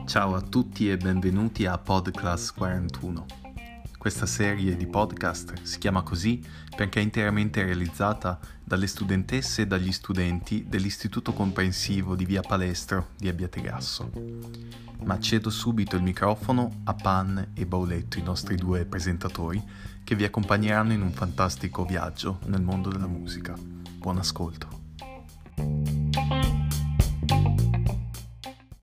Ciao a tutti e benvenuti a Podclass 41. Questa serie di podcast si chiama così perché è interamente realizzata dalle studentesse e dagli studenti dell'Istituto Comprensivo di Via Palestro di Abbiategrasso. Ma cedo subito il microfono a Pan e Bauletto, i nostri due presentatori, che vi accompagneranno in un fantastico viaggio nel mondo della musica. Buon ascolto.